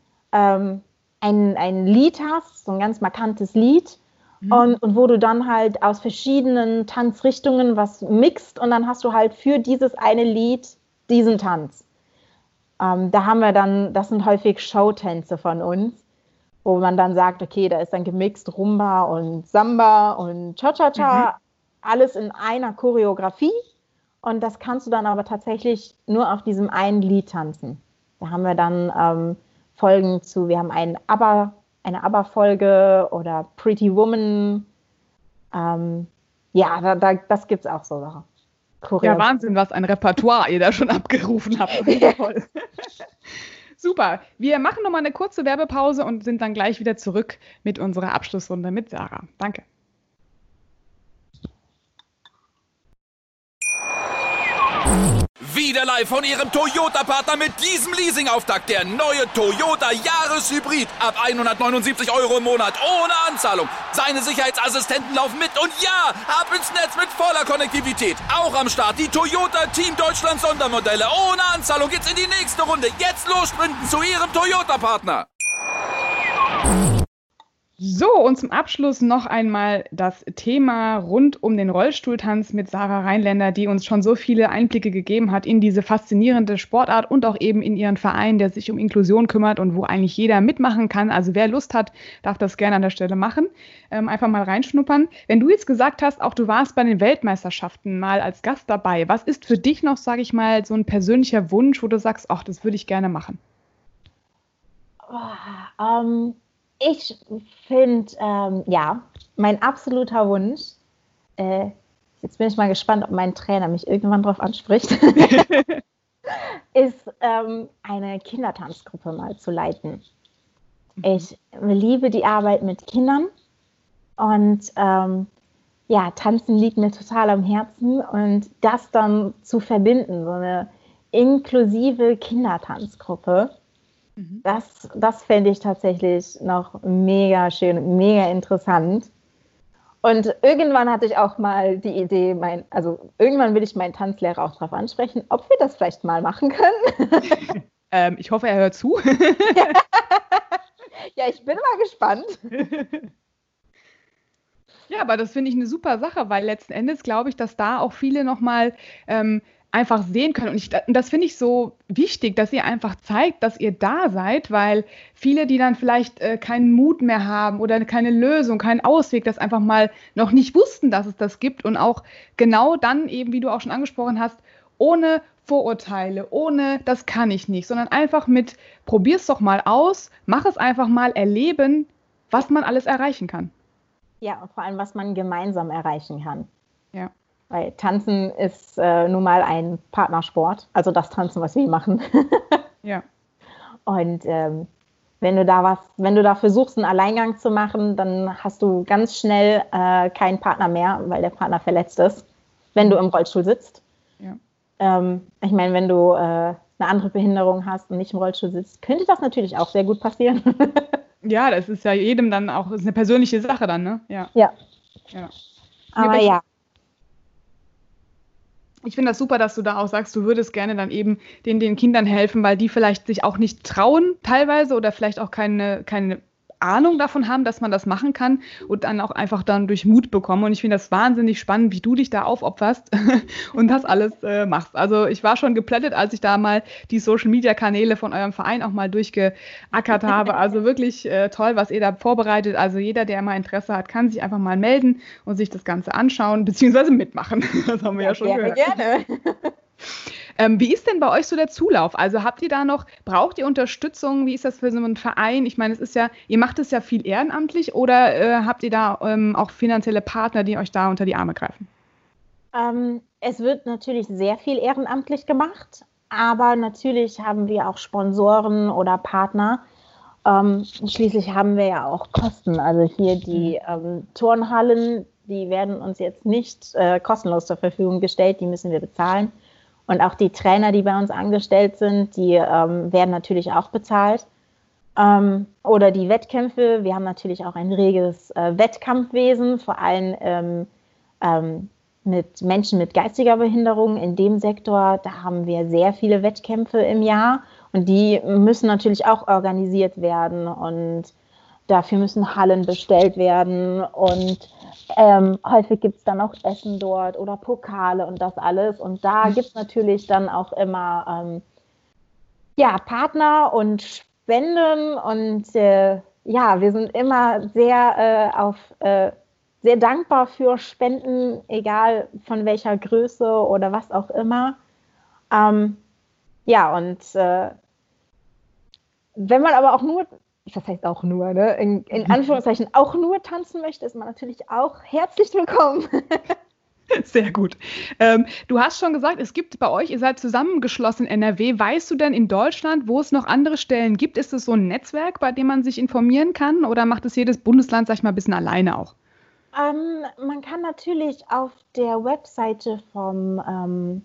Lied hast, so ein ganz markantes Lied, und wo du dann halt aus verschiedenen Tanzrichtungen was mixt und dann hast du halt für dieses eine Lied diesen Tanz. Da haben wir dann, das sind häufig Showtänze von uns, wo man dann sagt, okay, da ist dann gemixt Rumba und Samba und Cha-Cha-Cha, alles in einer Choreografie. Und das kannst du dann aber tatsächlich nur auf diesem einen Lied tanzen. Da haben wir dann Folgen zu, wir haben eine ABBA-Folge oder Pretty Woman. Das gibt es auch so Sachen. Ja, Wahnsinn, was ein Repertoire ihr da schon abgerufen habt. Toll. Super. Wir machen nochmal eine kurze Werbepause und sind dann gleich wieder zurück mit unserer Abschlussrunde mit Sarah. Danke. Wieder live von Ihrem Toyota-Partner mit diesem Leasing-Auftakt. Der neue Toyota Jahreshybrid. Ab 179 € im Monat. Ohne Anzahlung. Seine Sicherheitsassistenten laufen mit. Und ja, ab ins Netz mit voller Konnektivität. Auch am Start die Toyota Team Deutschland Sondermodelle. Ohne Anzahlung geht's in die nächste Runde. Jetzt los sprinten zu Ihrem Toyota-Partner. So, und zum Abschluss noch einmal das Thema rund um den Rollstuhltanz mit Sarah Rheinländer, die uns schon so viele Einblicke gegeben hat in diese faszinierende Sportart und auch eben in ihren Verein, der sich um Inklusion kümmert und wo eigentlich jeder mitmachen kann. Also wer Lust hat, darf das gerne an der Stelle machen. Einfach mal reinschnuppern. Wenn du jetzt gesagt hast, auch du warst bei den Weltmeisterschaften mal als Gast dabei, was ist für dich noch, sage ich mal, so ein persönlicher Wunsch, wo du sagst, ach, das würde ich gerne machen? Ich finde, mein absoluter Wunsch, jetzt bin ich mal gespannt, ob mein Trainer mich irgendwann drauf anspricht, ist, eine Kindertanzgruppe mal zu leiten. Ich liebe die Arbeit mit Kindern und Tanzen liegt mir total am Herzen und das dann zu verbinden, so eine inklusive Kindertanzgruppe. Das fände ich tatsächlich noch mega schön und mega interessant. Und irgendwann hatte ich auch mal die Idee, irgendwann will ich meinen Tanzlehrer auch darauf ansprechen, ob wir das vielleicht mal machen können. Ich hoffe, er hört zu. Ja, ich bin mal gespannt. Ja, aber das finde ich eine super Sache, weil letzten Endes glaube ich, dass da auch viele nochmal einfach sehen können. Und das finde ich so wichtig, dass ihr einfach zeigt, dass ihr da seid, weil viele, die dann vielleicht keinen Mut mehr haben oder keine Lösung, keinen Ausweg, das einfach mal noch nicht wussten, dass es das gibt und auch genau dann eben, wie du auch schon angesprochen hast, ohne Vorurteile, ohne das kann ich nicht, sondern einfach mit probier's doch mal aus, mach es einfach mal erleben, was man alles erreichen kann. Ja, und vor allem, was man gemeinsam erreichen kann. Ja. weil Tanzen ist nun mal ein Partnersport, also das Tanzen, was wir machen. Ja. Und wenn du da versuchst, einen Alleingang zu machen, dann hast du ganz schnell keinen Partner mehr, weil der Partner verletzt ist, wenn du im Rollstuhl sitzt. Ja. Ich meine, wenn du eine andere Behinderung hast und nicht im Rollstuhl sitzt, könnte das natürlich auch sehr gut passieren. Ja, das ist ja jedem dann auch, ist eine persönliche Sache dann, ne? Ja. Ja. Aber ja. Ich finde das super, dass du da auch sagst, du würdest gerne dann eben den Kindern helfen, weil die vielleicht sich auch nicht trauen teilweise oder vielleicht auch keine Ahnung davon haben, dass man das machen kann und dann auch einfach dann durch Mut bekommen. Und ich finde das wahnsinnig spannend, wie du dich da aufopferst und das alles machst. Also ich war schon geplättet, als ich da mal die Social-Media-Kanäle von eurem Verein auch mal durchgeackert habe. Also wirklich toll, was ihr da vorbereitet. Also jeder, der mal Interesse hat, kann sich einfach mal melden und sich das Ganze anschauen bzw. mitmachen. Das haben wir ja schon gehört. Gerne. Wie ist denn bei euch so der Zulauf? Also braucht ihr Unterstützung? Wie ist das für so einen Verein? Ich meine, ihr macht es ja viel ehrenamtlich oder habt ihr da auch finanzielle Partner, die euch da unter die Arme greifen? Es wird natürlich sehr viel ehrenamtlich gemacht, aber natürlich haben wir auch Sponsoren oder Partner. Schließlich haben wir ja auch Kosten. Also hier die Turnhallen, die werden uns jetzt nicht kostenlos zur Verfügung gestellt, die müssen wir bezahlen. Und auch die Trainer, die bei uns angestellt sind, die werden natürlich auch bezahlt. Oder die Wettkämpfe. Wir haben natürlich auch ein reges Wettkampfwesen, vor allem mit Menschen mit geistiger Behinderung in dem Sektor. Da haben wir sehr viele Wettkämpfe im Jahr und die müssen natürlich auch organisiert werden und dafür müssen Hallen bestellt werden und häufig gibt es dann auch Essen dort oder Pokale und das alles. Und da gibt es natürlich dann auch immer Partner und Spenden. Und wir sind immer sehr dankbar für Spenden, egal von welcher Größe oder was auch immer. Wenn man aber auch nur... Das heißt auch nur, ne? In Anführungszeichen auch nur tanzen möchte, ist man natürlich auch herzlich willkommen. Sehr gut. Du hast schon gesagt, es gibt bei euch, ihr seid zusammengeschlossen in NRW. Weißt du denn in Deutschland, wo es noch andere Stellen gibt? Ist es so ein Netzwerk, bei dem man sich informieren kann oder macht es jedes Bundesland, sag ich mal, ein bisschen alleine auch? Man kann natürlich auf der Webseite vom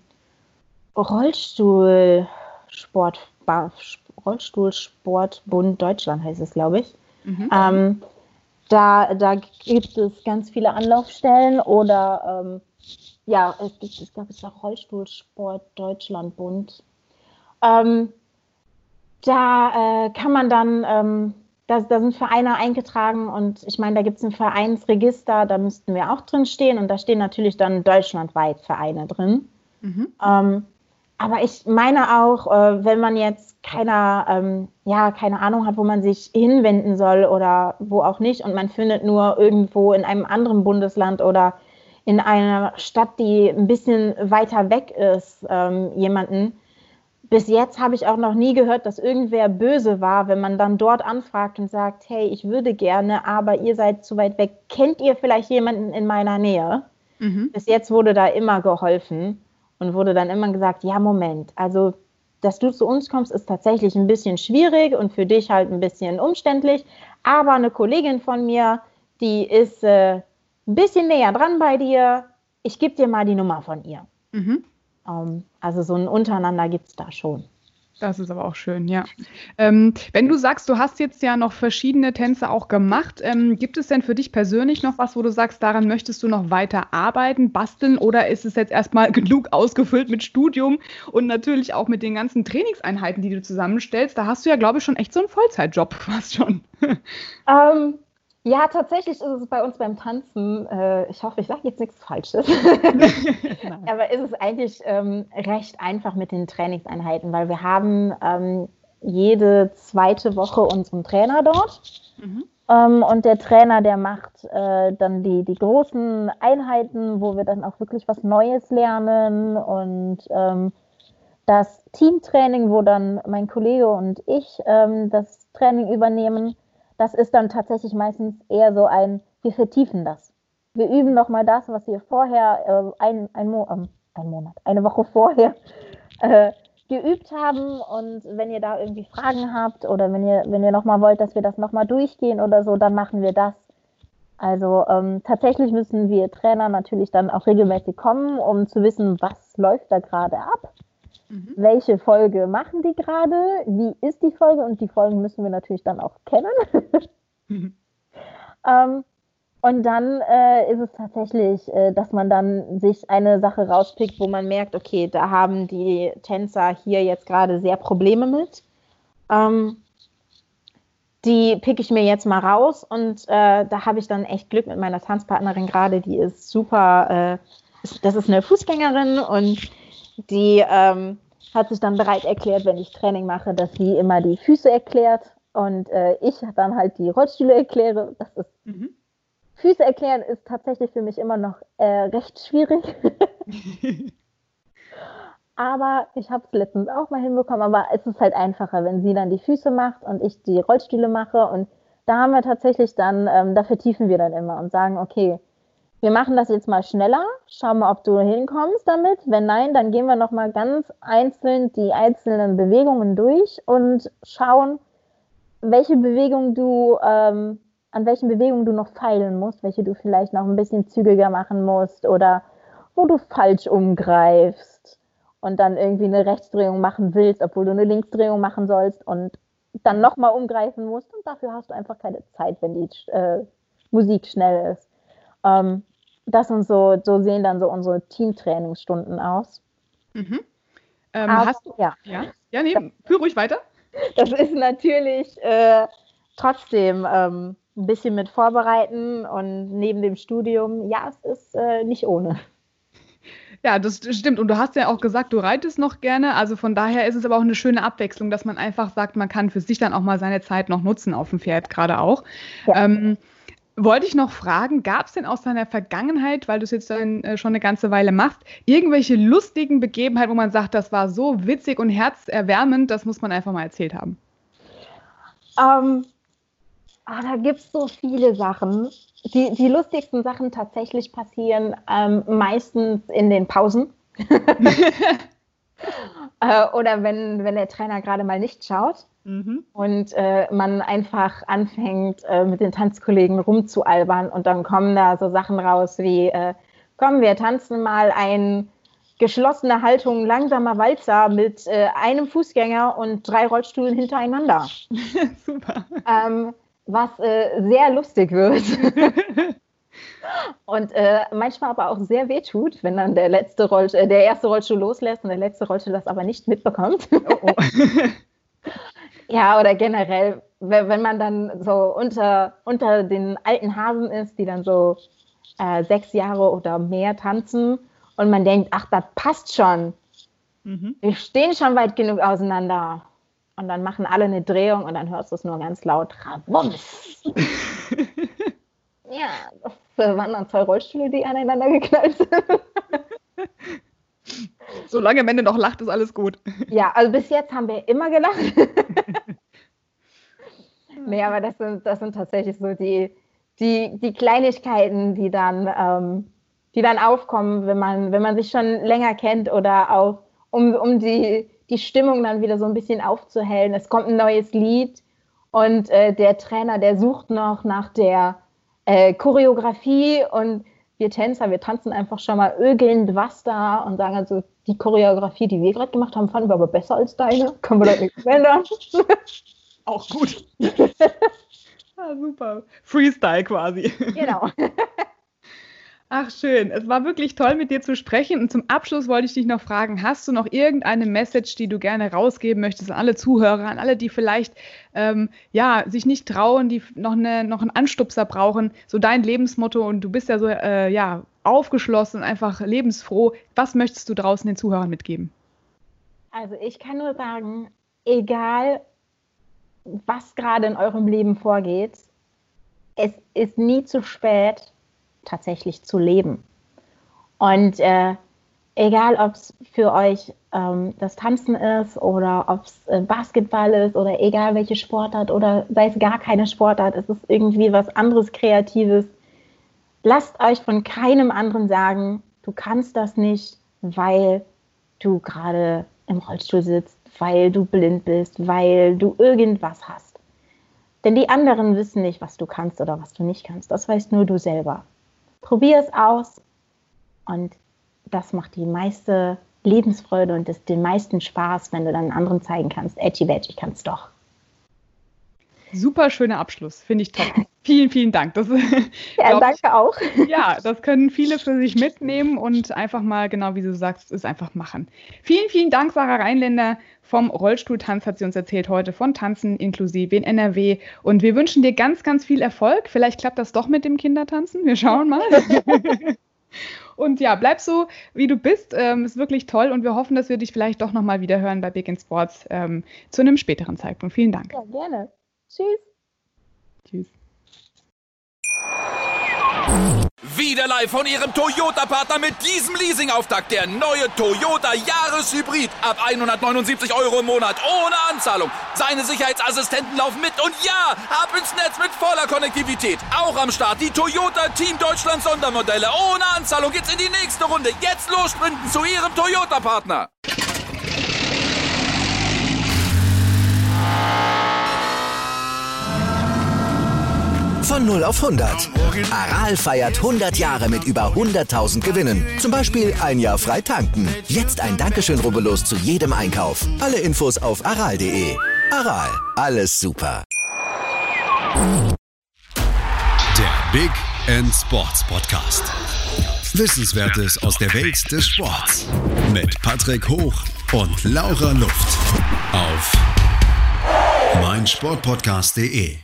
Rollstuhlsportbund Deutschland heißt es, glaube ich. Mhm. Da gibt es ganz viele Anlaufstellen oder es ist auch Rollstuhlsport Deutschland Bund. Da kann man dann, da sind Vereine eingetragen und ich meine, da gibt es ein Vereinsregister, da müssten wir auch drin stehen und da stehen natürlich dann deutschlandweit Vereine drin. Mhm. Aber ich meine auch, wenn man jetzt keine Ahnung hat, wo man sich hinwenden soll oder wo auch nicht und man findet nur irgendwo in einem anderen Bundesland oder in einer Stadt, die ein bisschen weiter weg ist, jemanden. Bis jetzt habe ich auch noch nie gehört, dass irgendwer böse war, wenn man dann dort anfragt und sagt, hey, ich würde gerne, aber ihr seid zu weit weg. Kennt ihr vielleicht jemanden in meiner Nähe? Mhm. Bis jetzt wurde da immer geholfen. Und wurde dann immer gesagt, ja, Moment, also, dass du zu uns kommst, ist tatsächlich ein bisschen schwierig und für dich halt ein bisschen umständlich. Aber eine Kollegin von mir, die ist ein bisschen näher dran bei dir. Ich gebe dir mal die Nummer von ihr. Mhm. Also so ein Untereinander gibt es da schon. Das ist aber auch schön, ja. Wenn du sagst, du hast jetzt ja noch verschiedene Tänze auch gemacht, gibt es denn für dich persönlich noch was, wo du sagst, daran möchtest du noch weiter arbeiten, basteln oder ist es jetzt erstmal genug ausgefüllt mit Studium und natürlich auch mit den ganzen Trainingseinheiten, die du zusammenstellst? Da hast du ja, glaube ich, schon echt so einen Vollzeitjob fast schon. Ja, tatsächlich ist es bei uns beim Tanzen, ich hoffe, ich sage jetzt nichts Falsches, aber ist es eigentlich recht einfach mit den Trainingseinheiten, weil wir haben jede zweite Woche unseren Trainer dort und der Trainer, der macht dann die großen Einheiten, wo wir dann auch wirklich was Neues lernen und das Teamtraining, wo dann mein Kollege und ich das Training übernehmen. Das ist dann tatsächlich meistens eher so wir vertiefen das. wir üben nochmal das, was wir vorher eine Woche vorher geübt haben. Und wenn ihr da irgendwie Fragen habt oder wenn ihr nochmal wollt, dass wir das nochmal durchgehen oder so, dann machen wir das. Also tatsächlich müssen wir Trainer natürlich dann auch regelmäßig kommen, um zu wissen, was läuft da gerade ab. Welche Folge machen die gerade? Wie ist die Folge? Und die Folgen müssen wir natürlich dann auch kennen. Und dann ist es tatsächlich, dass man dann sich eine Sache rauspickt, wo man merkt, okay, da haben die Tänzer hier jetzt gerade sehr Probleme mit. Die pick ich mir jetzt mal raus und da habe ich dann echt Glück mit meiner Tanzpartnerin gerade, die ist super, das ist eine Fußgängerin und die hat sich dann bereit erklärt, wenn ich Training mache, dass sie immer die Füße erklärt und ich dann halt die Rollstühle erkläre. Das ist Füße erklären ist tatsächlich für mich immer noch recht schwierig. Aber ich habe es letztens auch mal hinbekommen, aber es ist halt einfacher, wenn sie dann die Füße macht und ich die Rollstühle mache. Und da haben wir tatsächlich dann, da vertiefen wir dann immer und sagen, okay, wir machen das jetzt mal schneller, schau mal, ob du hinkommst damit. Wenn nein, dann gehen wir nochmal ganz einzeln die einzelnen Bewegungen durch und schauen, welche Bewegung du, an welchen Bewegungen du noch feilen musst, welche du vielleicht noch ein bisschen zügiger machen musst oder wo du falsch umgreifst und dann irgendwie eine Rechtsdrehung machen willst, obwohl du eine Linksdrehung machen sollst und dann nochmal umgreifen musst und dafür hast du einfach keine Zeit, wenn die Musik schnell ist. Das und so sehen dann so unsere Teamtrainingsstunden aus. Hast du? Ja, nee, führ ruhig weiter. Das ist natürlich trotzdem ein bisschen mit Vorbereiten und neben dem Studium, ja, es ist nicht ohne. Ja, das stimmt. Und du hast ja auch gesagt, du reitest noch gerne. Also von daher ist es aber auch eine schöne Abwechslung, dass man einfach sagt, man kann für sich dann auch mal seine Zeit noch nutzen auf dem Pferd, gerade auch. Ja. Wollte ich noch fragen, gab es denn aus deiner Vergangenheit, weil du es jetzt dann schon eine ganze Weile machst, irgendwelche lustigen Begebenheiten, wo man sagt, das war so witzig und herzerwärmend, das muss man einfach mal erzählt haben? Da gibt es so viele Sachen. Die lustigsten Sachen tatsächlich passieren meistens in den Pausen. Oder wenn der Trainer gerade mal nicht schaut und man einfach anfängt, mit den Tanzkollegen rumzualbern und dann kommen da so Sachen raus wie, komm, wir tanzen mal ein geschlossene Haltung, langsamer Walzer mit einem Fußgänger und 3 Rollstühlen hintereinander. Super. Was sehr lustig wird und manchmal aber auch sehr wehtut, wenn dann der erste Rollstuhl loslässt und der letzte Rollstuhl das aber nicht mitbekommt. Oh. Ja, oder generell, wenn man dann so unter den alten Hasen ist, die dann so 6 Jahre oder mehr tanzen und man denkt, ach, das passt schon. Wir stehen schon weit genug auseinander. Und dann machen alle eine Drehung und dann hörst du es nur ganz laut. Rabums. Ja, das waren dann 2 Rollstühle, die aneinander geknallt sind. Solange am Ende noch lacht, ist alles gut. Ja, also bis jetzt haben wir immer gelacht. Nee, aber das sind tatsächlich so die Kleinigkeiten, die dann aufkommen, wenn man sich schon länger kennt oder auch um die Stimmung dann wieder so ein bisschen aufzuhellen. Es kommt ein neues Lied und der Trainer, der sucht noch nach der Choreografie und wir Tänzer, wir tanzen einfach schon mal irgend was da und sagen also, die Choreografie, die wir gerade gemacht haben, fanden wir aber besser als deine. Können wir da nichts ändern? Auch gut. Super. Freestyle quasi. Genau. Ach schön, es war wirklich toll, mit dir zu sprechen. Und zum Abschluss wollte ich dich noch fragen, hast du noch irgendeine Message, die du gerne rausgeben möchtest an alle Zuhörer, an alle, die vielleicht sich nicht trauen, die noch einen Anstupser brauchen, so dein Lebensmotto und du bist ja so aufgeschlossen und einfach lebensfroh. Was möchtest du draußen den Zuhörern mitgeben? Also ich kann nur sagen, egal was gerade in eurem Leben vorgeht, es ist nie zu spät, tatsächlich zu leben. Und egal, ob es für euch das Tanzen ist oder ob es Basketball ist oder egal welche Sportart oder sei es gar keine Sportart, es ist irgendwie was anderes Kreatives. lasst euch von keinem anderen sagen, du kannst das nicht, weil du gerade im Rollstuhl sitzt, weil du blind bist, weil du irgendwas hast. Denn die anderen wissen nicht, was du kannst oder was du nicht kannst. Das weißt nur du selber. Probier es aus und das macht die meiste Lebensfreude und den meisten Spaß, wenn du dann anderen zeigen kannst, ich kann es doch. Super schöner Abschluss, finde ich top. Vielen, vielen Dank. Danke auch. Ja, das können viele für sich mitnehmen und einfach mal, genau wie du sagst, es einfach machen. Vielen, vielen Dank, Sarah Rheinländer vom Rollstuhltanz, hat sie uns erzählt heute, von Tanzen inklusive in NRW. Und wir wünschen dir ganz, ganz viel Erfolg. Vielleicht klappt das doch mit dem Kindertanzen. Wir schauen mal. Und ja, bleib so, wie du bist. Ist wirklich toll und wir hoffen, dass wir dich vielleicht doch nochmal wieder hören bei Big in Sports zu einem späteren Zeitpunkt. Vielen Dank. Ja, gerne. Tschüss. Tschüss. Wieder live von Ihrem Toyota-Partner mit diesem Leasing-Auftakt. Der neue Toyota Jahreshybrid. Ab 179 € im Monat. Ohne Anzahlung. Seine Sicherheitsassistenten laufen mit. Und ja, ab ins Netz mit voller Konnektivität. Auch am Start die Toyota Team Deutschland Sondermodelle. Ohne Anzahlung geht's in die nächste Runde. Jetzt los sprinten zu Ihrem Toyota-Partner. Von 0 auf 100. Aral feiert 100 Jahre mit über 100.000 Gewinnen. Zum Beispiel ein Jahr frei tanken. Jetzt ein Dankeschön, rubbellos zu jedem Einkauf. Alle Infos auf aral.de. Aral, alles super. Der Big End Sports Podcast. Wissenswertes aus der Welt des Sports. Mit Patrick Hoch und Laura Luft. Auf meinsportpodcast.de.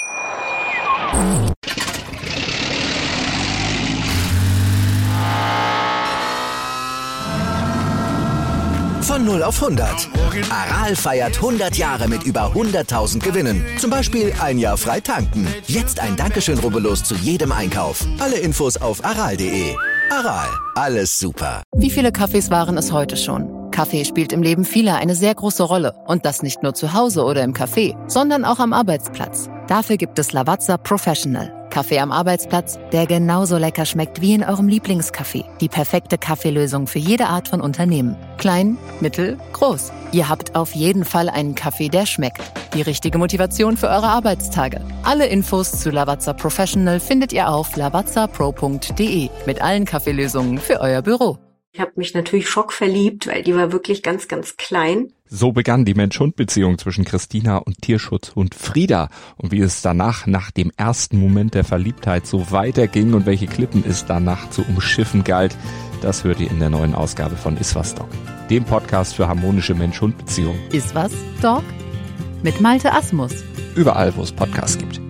Von 0 auf 100. Aral feiert 100 Jahre mit über 100.000 Gewinnen. Zum Beispiel ein Jahr frei tanken. Jetzt ein Dankeschön, rubbellos zu jedem Einkauf. Alle Infos auf aral.de. Aral, alles super. Wie viele Kaffees waren es heute schon? Kaffee spielt im Leben vieler eine sehr große Rolle. Und das nicht nur zu Hause oder im Café, sondern auch am Arbeitsplatz. Dafür gibt es Lavazza Professional. Kaffee am Arbeitsplatz, der genauso lecker schmeckt wie in eurem Lieblingscafé. Die perfekte Kaffeelösung für jede Art von Unternehmen. Klein, mittel, groß. Ihr habt auf jeden Fall einen Kaffee, der schmeckt. Die richtige Motivation für eure Arbeitstage. Alle Infos zu Lavazza Professional findet ihr auf lavazzapro.de mit allen Kaffeelösungen für euer Büro. Ich habe mich natürlich schockverliebt, weil die war wirklich ganz, ganz klein. So begann die Mensch-Hund-Beziehung zwischen Christina und Tierschutzhund Frieda. Und wie es danach, nach dem ersten Moment der Verliebtheit, so weiterging und welche Klippen es danach zu umschiffen galt, das hört ihr in der neuen Ausgabe von Iswas Dog, dem Podcast für harmonische Mensch-Hund-Beziehungen. Iswas Dog? Mit Malte Asmus. Überall, wo es Podcasts gibt.